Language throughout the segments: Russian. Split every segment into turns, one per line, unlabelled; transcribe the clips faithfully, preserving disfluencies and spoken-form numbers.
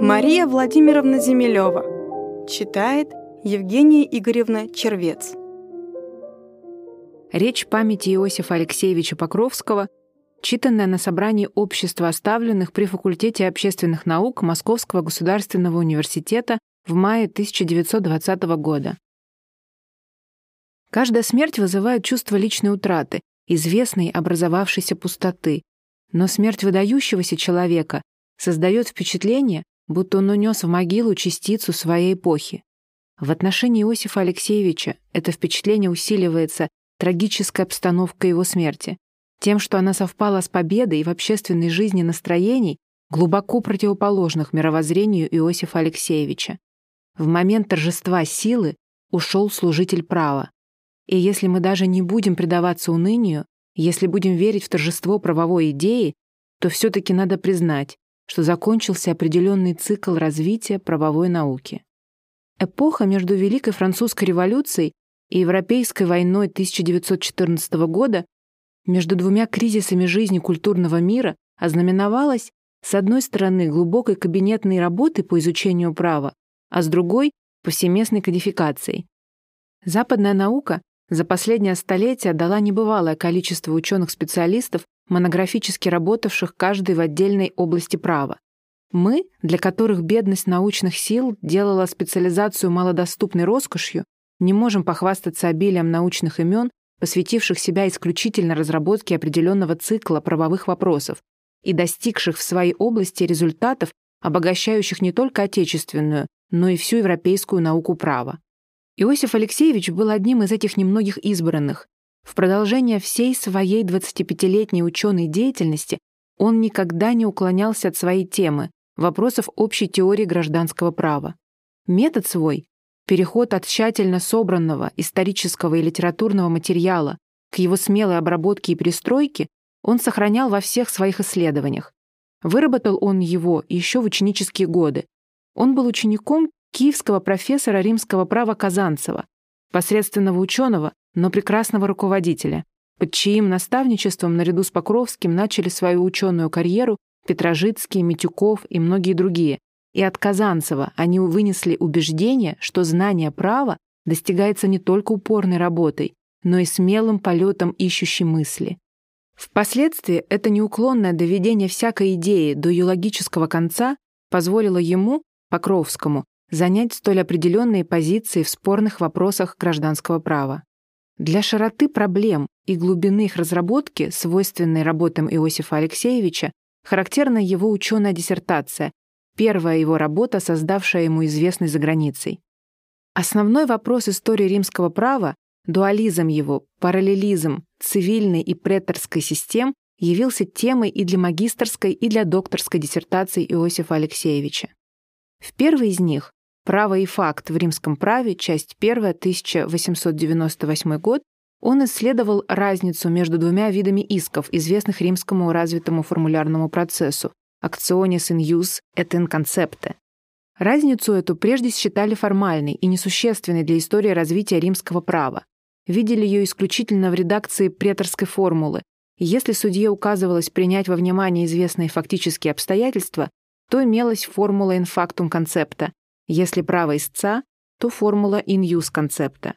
Мария Владимировна Земелева. Читает Евгения Игоревна Червец.
Речь памяти Иосифа Алексеевича Покровского, читанная на собрании Общества оставленных при факультете общественных наук Московского государственного университета в мае тысяча девятьсот двадцатого года. Каждая смерть вызывает чувство личной утраты, известной образовавшейся пустоты. Но смерть выдающегося человека создает впечатление, будто он унес в могилу частицу своей эпохи. В отношении Иосифа Алексеевича это впечатление усиливается трагической обстановкой его смерти, тем, что она совпала с победой в общественной жизни настроений, глубоко противоположных мировоззрению Иосифа Алексеевича. В момент торжества силы ушел служитель права. И если мы даже не будем предаваться унынию, если будем верить в торжество правовой идеи, то все-таки надо признать, что закончился определенный цикл развития правовой науки. Эпоха между Великой Французской революцией и Европейской войной тысяча девятьсот четырнадцатого года, между двумя кризисами жизни культурного мира, ознаменовалась, с одной стороны, глубокой кабинетной работой по изучению права, а с другой — повсеместной кодификацией. Западная наука за последнее столетие дала небывалое количество ученых-специалистов, монографически работавших каждый в отдельной области права. Мы, для которых бедность научных сил делала специализацию малодоступной роскошью, не можем похвастаться обилием научных имен, посвятивших себя исключительно разработке определенного цикла правовых вопросов и достигших в своей области результатов, обогащающих не только отечественную, но и всю европейскую науку права. Иосиф Алексеевич был одним из этих немногих избранных. В продолжение всей своей двадцатипятилетней ученой деятельности он никогда не уклонялся от своей темы — вопросов общей теории гражданского права. Метод свой — переход от тщательно собранного исторического и литературного материала к его смелой обработке и перестройке — он сохранял во всех своих исследованиях. Выработал он его еще в ученические годы. Он был учеником киевского профессора римского права Казанцева, посредственного ученого, но прекрасного руководителя, под чьим наставничеством наряду с Покровским начали свою ученую карьеру Петрожицкий, Митюков и многие другие. И от Казанцева они вынесли убеждение, что знание права достигается не только упорной работой, но и смелым полетом ищущей мысли. Впоследствии это неуклонное доведение всякой идеи до ее логического конца позволило ему, Покровскому, занять столь определенные позиции в спорных вопросах гражданского права. Для широты проблем и глубины их разработки, свойственной работам Иосифа Алексеевича, характерна его ученая диссертация, первая его работа, создавшая ему известность за границей. Основной вопрос истории римского права, дуализм его, параллелизм цивильной и преторской систем явился темой и для магистерской, и для докторской диссертации Иосифа Алексеевича. В первой из них «Право и факт в римском праве», часть первая, тысяча восемьсот девяносто восьмой год, он исследовал разницу между двумя видами исков, известных римскому развитому формулярному процессу «actionis in jus et in concepte». Разницу эту прежде считали формальной и несущественной для истории развития римского права. Видели ее исключительно в редакции преторской формулы. И если судье указывалось принять во внимание известные фактические обстоятельства, то имелась формула in factum concepta. Если право истца, то формула in jus concepta.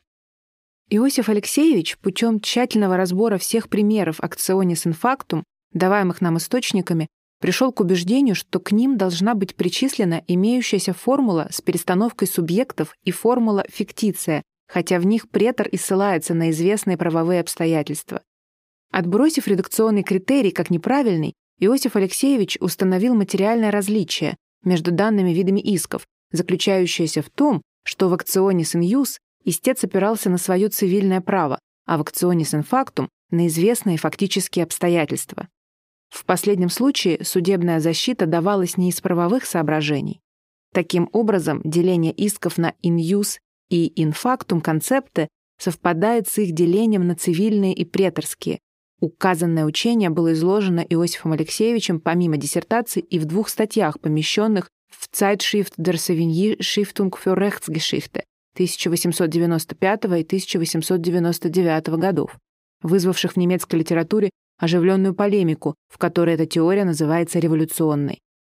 Иосиф Алексеевич путем тщательного разбора всех примеров actionis in factum, даваемых нам источниками, пришел к убеждению, что к ним должна быть причислена имеющаяся формула с перестановкой субъектов и формула фиктиция, хотя в них претор и ссылается на известные правовые обстоятельства. Отбросив редакционный критерий как неправильный, Иосиф Алексеевич установил материальное различие между данными видами исков, заключающееся в том, что в actionis in jus истец опирался на свое цивильное право, а в actionis in factum — на известные фактические обстоятельства. В последнем случае судебная защита давалась не из правовых соображений. Таким образом, деление исков на in jus и in factum концепты совпадает с их делением на цивильные и преторские. Указанное учение было изложено Иосифом Алексеевичем помимо диссертаций и в двух статьях, помещенных в Zeitschrift der Savigny Stiftung für Rechtsgeschichte тысяча восемьсот девяносто пятого и тысяча восемьсот девяносто девятого годов, вызвавших в немецкой литературе оживленную полемику, в которой эта теория называется революционной.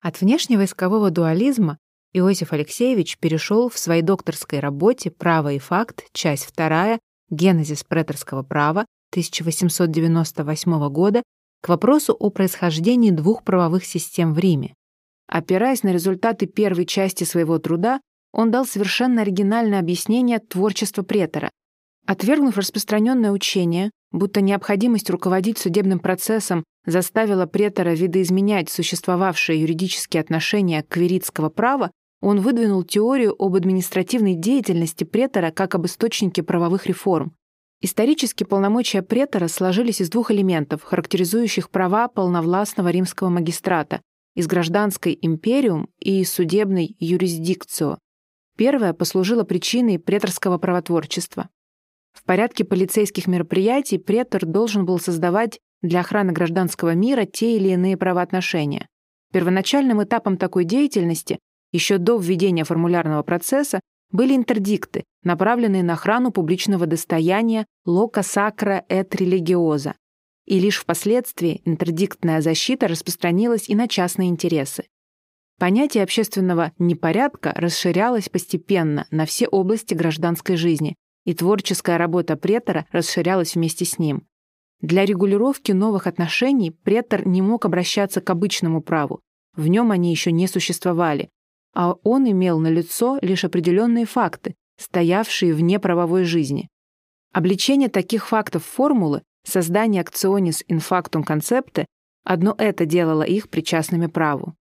От внешневойскового дуализма Иосиф Алексеевич перешел в своей докторской работе «Право и факт», часть вторая, «Генезис преторского права» тысяча восемьсот девяносто восьмого года к вопросу о происхождении двух правовых систем в Риме. Опираясь на результаты первой части своего труда, он дал совершенно оригинальное объяснение творчества претора. Отвергнув распространенное учение, будто необходимость руководить судебным процессом заставила претора видоизменять существовавшие юридические отношения квиритского права, он выдвинул теорию об административной деятельности претора как об источнике правовых реформ. Исторически полномочия претора сложились из двух элементов, характеризующих права полновластного римского магистрата, из гражданской империум и из судебной юрисдикцио. Первое послужило причиной преторского правотворчества. В порядке полицейских мероприятий претор должен был создавать для охраны гражданского мира те или иные правоотношения. Первоначальным этапом такой деятельности, еще до введения формулярного процесса, были интердикты, направленные на охрану публичного достояния loca sacra et religiosa. И лишь впоследствии интердиктная защита распространилась и на частные интересы. Понятие общественного непорядка расширялось постепенно на все области гражданской жизни, и творческая работа претора расширялась вместе с ним. Для регулировки новых отношений претор не мог обращаться к обычному праву, в нем они еще не существовали, а он имел налицо лишь определенные факты, стоявшие вне правовой жизни. Обличение таких фактов в формулы, создание actionis in factum concepte, одно это делало их причастными праву.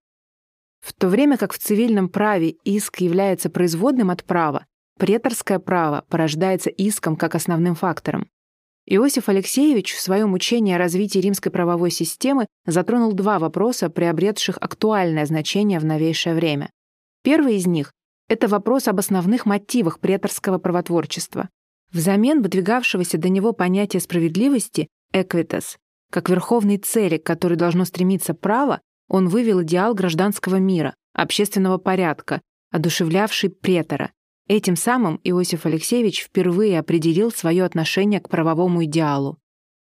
В то время как в цивильном праве иск является производным от права, преторское право порождается иском как основным фактором. Иосиф Алексеевич в своем учении о развитии римской правовой системы затронул два вопроса, приобретших актуальное значение в новейшее время. Первый из них — это вопрос об основных мотивах преторского правотворчества. Взамен выдвигавшегося до него понятия справедливости «equitas» как верховной цели, к которой должно стремиться право, он вывел идеал гражданского мира, общественного порядка, одушевлявший претора. Этим самым Иосиф Алексеевич впервые определил свое отношение к правовому идеалу.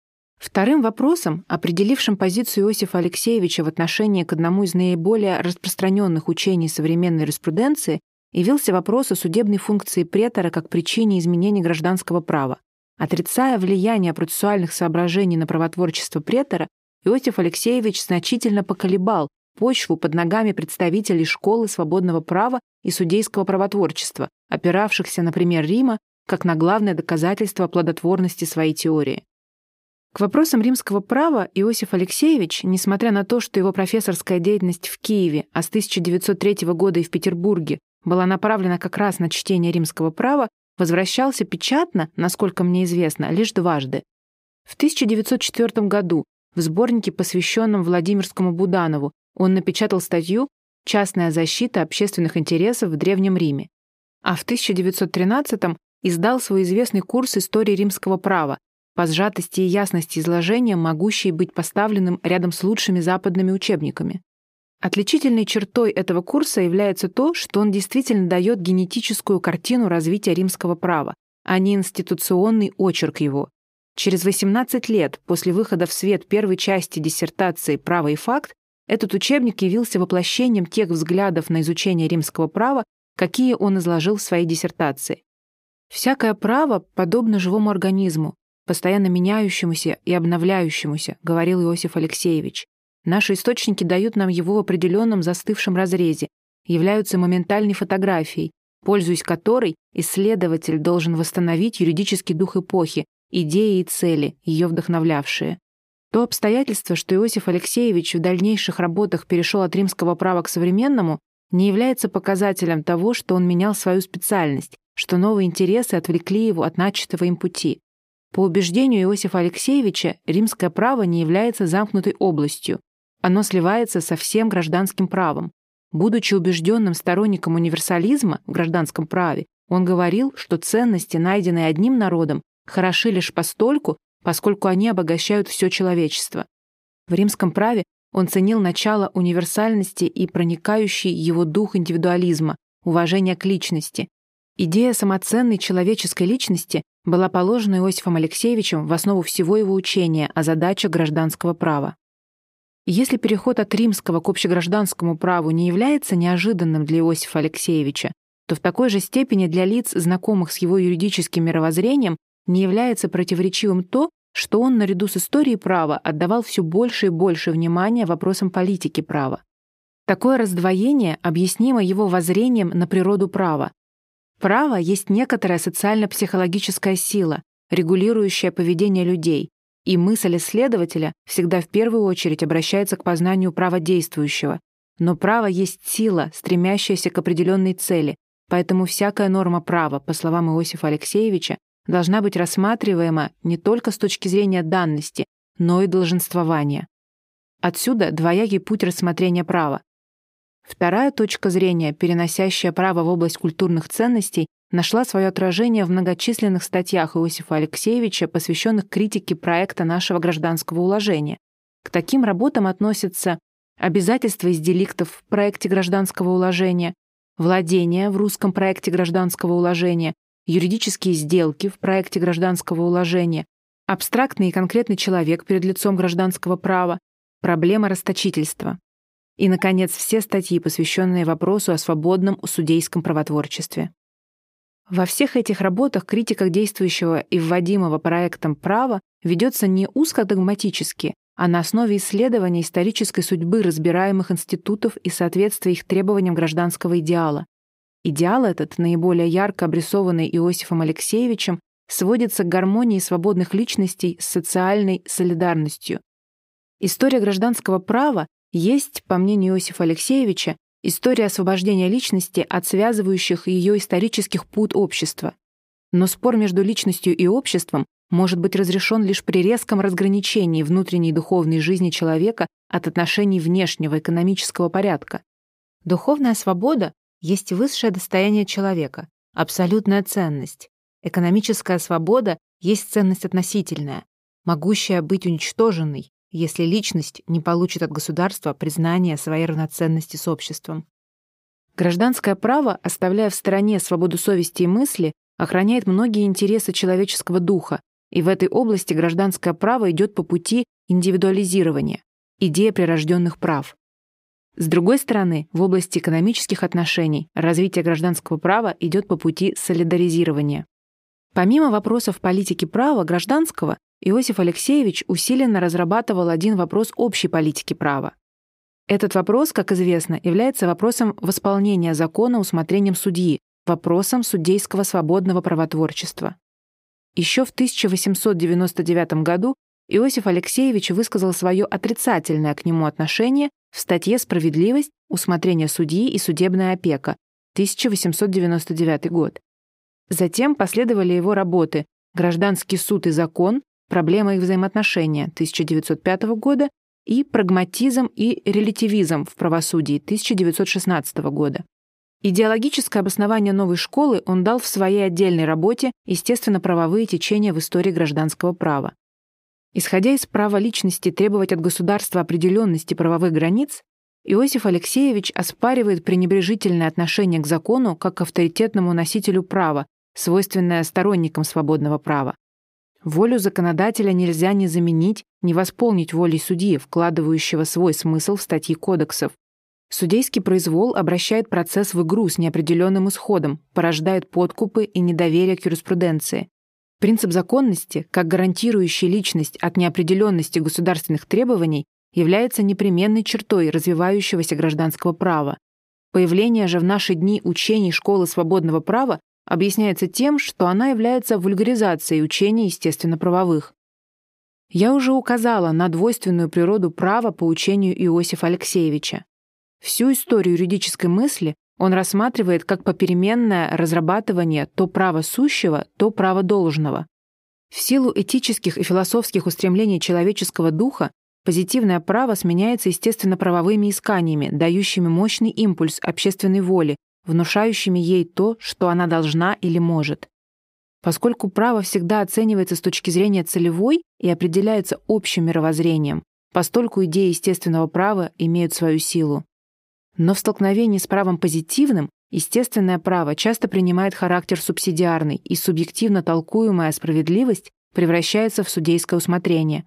Вторым вопросом, определившим позицию Иосифа Алексеевича в отношении к одному из наиболее распространенных учений современной юриспруденции, явился вопрос о судебной функции претора как причине изменений гражданского права. Отрицая влияние процессуальных соображений на правотворчество претора, Иосиф Алексеевич значительно поколебал почву под ногами представителей школы свободного права и судейского правотворчества, опиравшихся на пример Рима как на главное доказательство плодотворности своей теории. К вопросам римского права Иосиф Алексеевич, несмотря на то, что его профессорская деятельность в Киеве, а с тысяча девятьсот третьего года и в Петербурге была направлена как раз на чтение римского права, возвращался печатно, насколько мне известно, лишь дважды. В тысяча девятьсот четвёртом году в сборнике, посвященном Владимирскому Буданову, он напечатал статью «Частная защита общественных интересов в Древнем Риме», а в тысяча девятьсот тринадцатом издал свой известный курс истории римского права, по сжатости и ясности изложения, могущий быть поставленным рядом с лучшими западными учебниками. Отличительной чертой этого курса является то, что он действительно дает генетическую картину развития римского права, а не институционный очерк его. Через восемнадцать лет после выхода в свет первой части диссертации «Право и факт» этот учебник явился воплощением тех взглядов на изучение римского права, какие он изложил в своей диссертации. «Всякое право подобно живому организму, постоянно меняющемуся и обновляющемуся», говорил Иосиф Алексеевич. «Наши источники дают нам его в определенном застывшем разрезе, являются моментальной фотографией, пользуясь которой исследователь должен восстановить юридический дух эпохи, идеи и цели, ее вдохновлявшие». То обстоятельство, что Иосиф Алексеевич в дальнейших работах перешел от римского права к современному, не является показателем того, что он менял свою специальность, что новые интересы отвлекли его от начатого им пути. По убеждению Иосифа Алексеевича, римское право не является замкнутой областью. Оно сливается со всем гражданским правом. Будучи убежденным сторонником универсализма в гражданском праве, он говорил, что ценности, найденные одним народом, хороши лишь постольку, поскольку они обогащают все человечество. В римском праве он ценил начало универсальности и проникающий его дух индивидуализма, уважение к личности. Идея самоценной человеческой личности была положена Иосифом Алексеевичем в основу всего его учения о задачах гражданского права. Если переход от римского к общегражданскому праву не является неожиданным для Иосифа Алексеевича, то в такой же степени для лиц, знакомых с его юридическим мировоззрением, не является противоречивым то, что он наряду с историей права отдавал все больше и больше внимания вопросам политики права. Такое раздвоение объяснимо его воззрением на природу права. Право есть некоторая социально-психологическая сила, регулирующая поведение людей, и мысль исследователя всегда в первую очередь обращается к познанию права действующего. Но право есть сила, стремящаяся к определенной цели, поэтому всякая норма права, по словам Иосифа Алексеевича, должна быть рассматриваема не только с точки зрения данности, но и долженствования. Отсюда двоякий путь рассмотрения права. Вторая точка зрения, переносящая право в область культурных ценностей, нашла свое отражение в многочисленных статьях Иосифа Алексеевича, посвященных критике проекта нашего гражданского уложения. К таким работам относятся обязательства из деликтов в проекте гражданского уложения, владение в русском проекте гражданского уложения, юридические сделки в проекте гражданского уложения, абстрактный и конкретный человек перед лицом гражданского права, проблема расточительства. И, наконец, все статьи, посвященные вопросу о свободном судейском правотворчестве. Во всех этих работах критика действующего и вводимого проектом права ведется не узкодогматически, а на основе исследования исторической судьбы разбираемых институтов и соответствия их требованиям гражданского идеала. Идеал этот, наиболее ярко обрисованный Иосифом Алексеевичем, сводится к гармонии свободных личностей с социальной солидарностью. История гражданского права есть, по мнению Иосифа Алексеевича, история освобождения личности от связывающих ее исторических пут общества. Но спор между личностью и обществом может быть разрешен лишь при резком разграничении внутренней духовной жизни человека от отношений внешнего экономического порядка. Духовная свобода есть высшее достояние человека, абсолютная ценность. Экономическая свобода есть ценность относительная, могущая быть уничтоженной, если личность не получит от государства признания своей равноценности с обществом. Гражданское право, оставляя в стороне свободу совести и мысли, охраняет многие интересы человеческого духа, и в этой области гражданское право идет по пути индивидуализирования, идея прирожденных прав. С другой стороны, в области экономических отношений развитие гражданского права идет по пути солидаризирования. Помимо вопросов политики права гражданского, Иосиф Алексеевич усиленно разрабатывал один вопрос общей политики права. Этот вопрос, как известно, является вопросом восполнения закона усмотрением судьи, вопросом судейского свободного правотворчества. Еще в тысяча восемьсот девяносто девятом году Иосиф Алексеевич высказал свое отрицательное к нему отношение в статье «Справедливость, усмотрение судьи и судебная опека», тысяча восемьсот девяносто девятый год. Затем последовали его работы «Гражданский суд и закон. Проблема их взаимоотношения» тысяча девятьсот пятого года и «Прагматизм и релятивизм в правосудии» тысяча девятьсот шестнадцатого года. Идеологическое обоснование новой школы он дал в своей отдельной работе «Естественно-правовые течения в истории гражданского права». Исходя из права личности требовать от государства определенности правовых границ, Иосиф Алексеевич оспаривает пренебрежительное отношение к закону как к авторитетному носителю права, свойственное сторонникам свободного права. Волю законодателя нельзя ни заменить, ни восполнить волей судьи, вкладывающего свой смысл в статьи кодексов. Судейский произвол обращает процесс в игру с неопределенным исходом, порождает подкупы и недоверие к юриспруденции. Принцип законности, как гарантирующий личность от неопределенности государственных требований, является непременной чертой развивающегося гражданского права. Появление же в наши дни учений школы свободного права объясняется тем, что она является вульгаризацией учений естественно-правовых. Я уже указала на двойственную природу права по учению Иосифа Алексеевича. Всю историю юридической мысли он рассматривает как попеременное разрабатывание то права сущего, то права должного. В силу этических и философских устремлений человеческого духа позитивное право сменяется естественно-правовыми исканиями, дающими мощный импульс общественной воле, внушающими ей то, что она должна или может. Поскольку право всегда оценивается с точки зрения целевой и определяется общим мировоззрением, постольку идеи естественного права имеют свою силу. Но в столкновении с правом позитивным естественное право часто принимает характер субсидиарный, и субъективно толкуемая справедливость превращается в судейское усмотрение.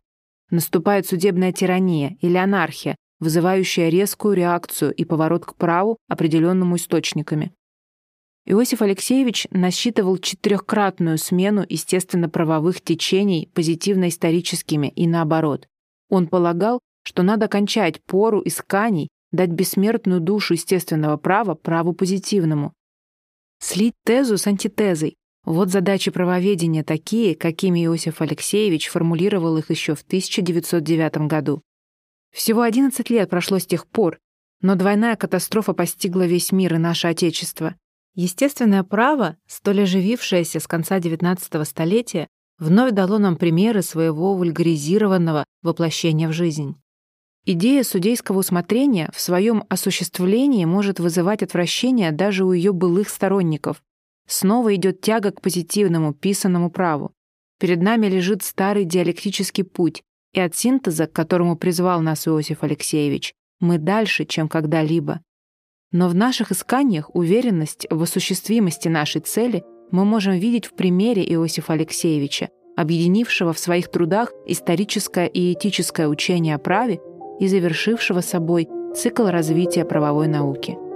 Наступает судебная тирания или анархия, вызывающая резкую реакцию и поворот к праву, определенному источниками. Иосиф Алексеевич насчитывал четырехкратную смену естественно-правовых течений позитивно-историческими и наоборот. Он полагал, что надо кончать пору исканий, дать бессмертную душу естественного права праву позитивному. Слить тезу с антитезой. Вот задачи правоведения такие, какими Иосиф Алексеевич формулировал их еще в тысяча девятьсот девятом году. Всего одиннадцать лет прошло с тех пор, но двойная катастрофа постигла весь мир и наше Отечество. Естественное право, столь оживившееся с конца девятнадцатого столетия, вновь дало нам примеры своего вульгаризированного воплощения в жизнь. Идея судейского усмотрения в своем осуществлении может вызывать отвращение даже у ее былых сторонников. Снова идет тяга к позитивному, писанному праву. Перед нами лежит старый диалектический путь, и от синтеза, к которому призвал нас Иосиф Алексеевич, мы дальше, чем когда-либо. Но в наших исканиях уверенность в осуществимости нашей цели мы можем видеть в примере Иосифа Алексеевича, объединившего в своих трудах историческое и этическое учение о праве и завершившего собой цикл развития правовой науки.